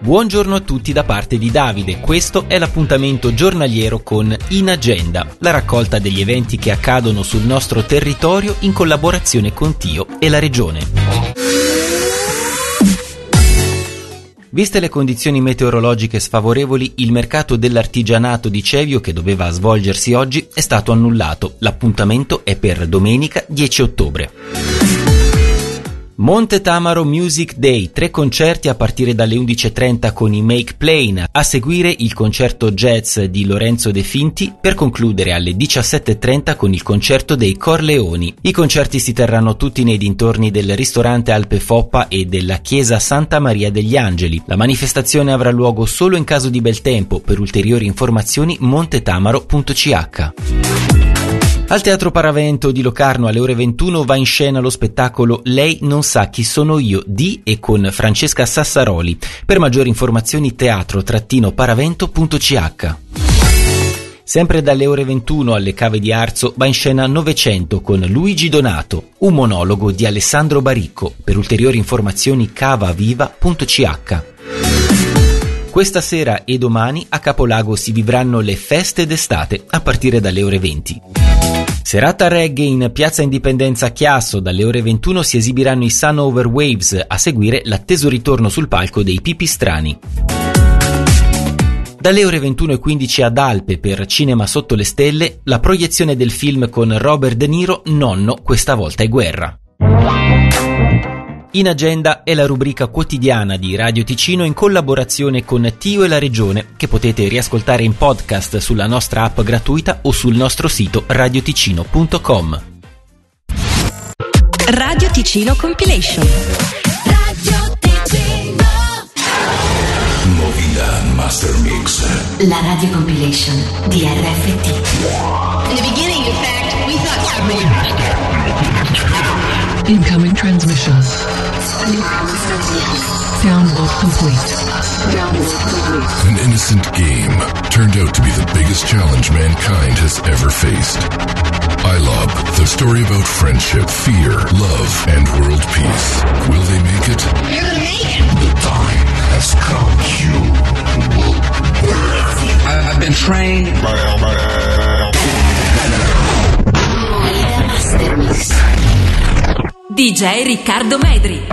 Buongiorno a tutti da parte di Davide, questo è l'appuntamento giornaliero con In Agenda, la raccolta degli eventi che accadono sul nostro territorio in collaborazione con Tio e la Regione. Viste le condizioni meteorologiche sfavorevoli, il mercato dell'artigianato di Cevio, che doveva svolgersi oggi, è stato annullato. L'appuntamento è per domenica 10 ottobre. Monte Tamaro Music Day, 3 concerti a partire dalle 11.30 con i Make Plain, a seguire il concerto jazz di Lorenzo De Finti, per concludere alle 17.30 con il concerto dei Corleoni. I concerti si terranno tutti nei dintorni del ristorante Alpe Foppa e della chiesa Santa Maria degli Angeli. La manifestazione avrà luogo solo in caso di bel tempo. Per ulteriori informazioni montetamaro.ch. Al Teatro Paravento di Locarno alle ore 21 va in scena lo spettacolo Lei non sa chi sono io di e con Francesca Sassaroli. Per maggiori informazioni teatro-paravento.ch. Sempre dalle ore 21 alle Cave di Arzo va in scena Novecento con Luigi Donato, un monologo di Alessandro Baricco. Per ulteriori informazioni cavaviva.ch. Questa sera e domani a Capolago si vivranno le feste d'estate a partire dalle ore 20. Serata reggae in Piazza Indipendenza a Chiasso, dalle ore 21 si esibiranno i Sun Over Waves, a seguire l'atteso ritorno sul palco dei Pipistrani. Dalle ore 21:15 ad Alpe per Cinema Sotto le Stelle, la proiezione del film con Robert De Niro, Nonno, questa volta è guerra. In Agenda è la rubrica quotidiana di Radio Ticino in collaborazione con Tio e la Regione, che potete riascoltare in podcast sulla nostra app gratuita o sul nostro sito radioticino.com. Radio Ticino Compilation. Radio Ticino. Movida Master Mix. La radio compilation di RFT. In the beginning, in fact, we thought Incoming transmission. Download complete. An innocent game turned out to be the biggest challenge mankind has ever faced. iLob, the story about friendship, fear, love, and world peace. Will they make it? you're gonna make it. The time has come. You will live. I've been trained. Master Mix. DJ Riccardo Medri.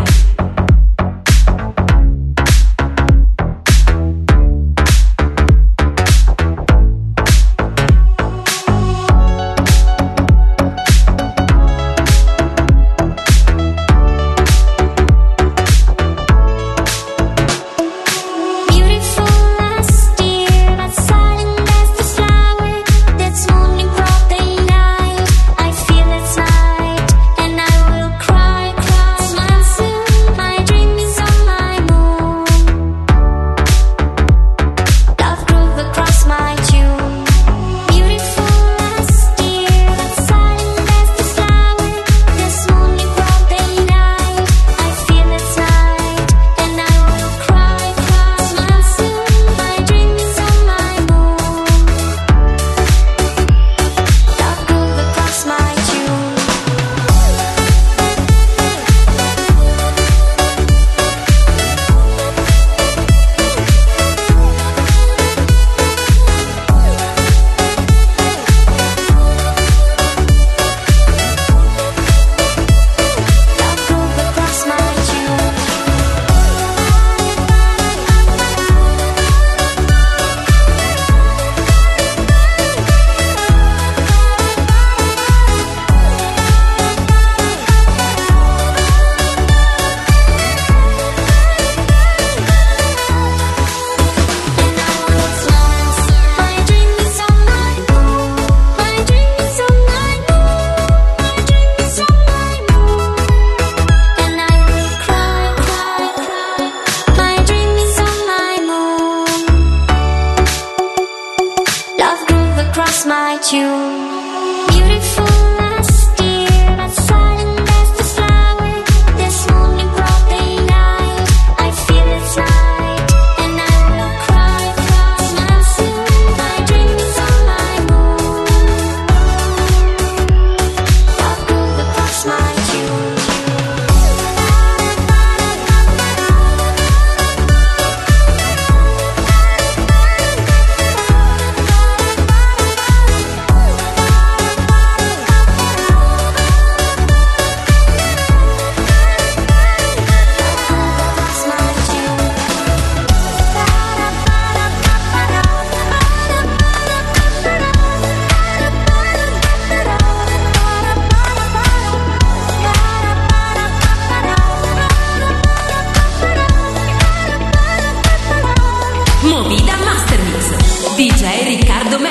DJ Riccardo Medri.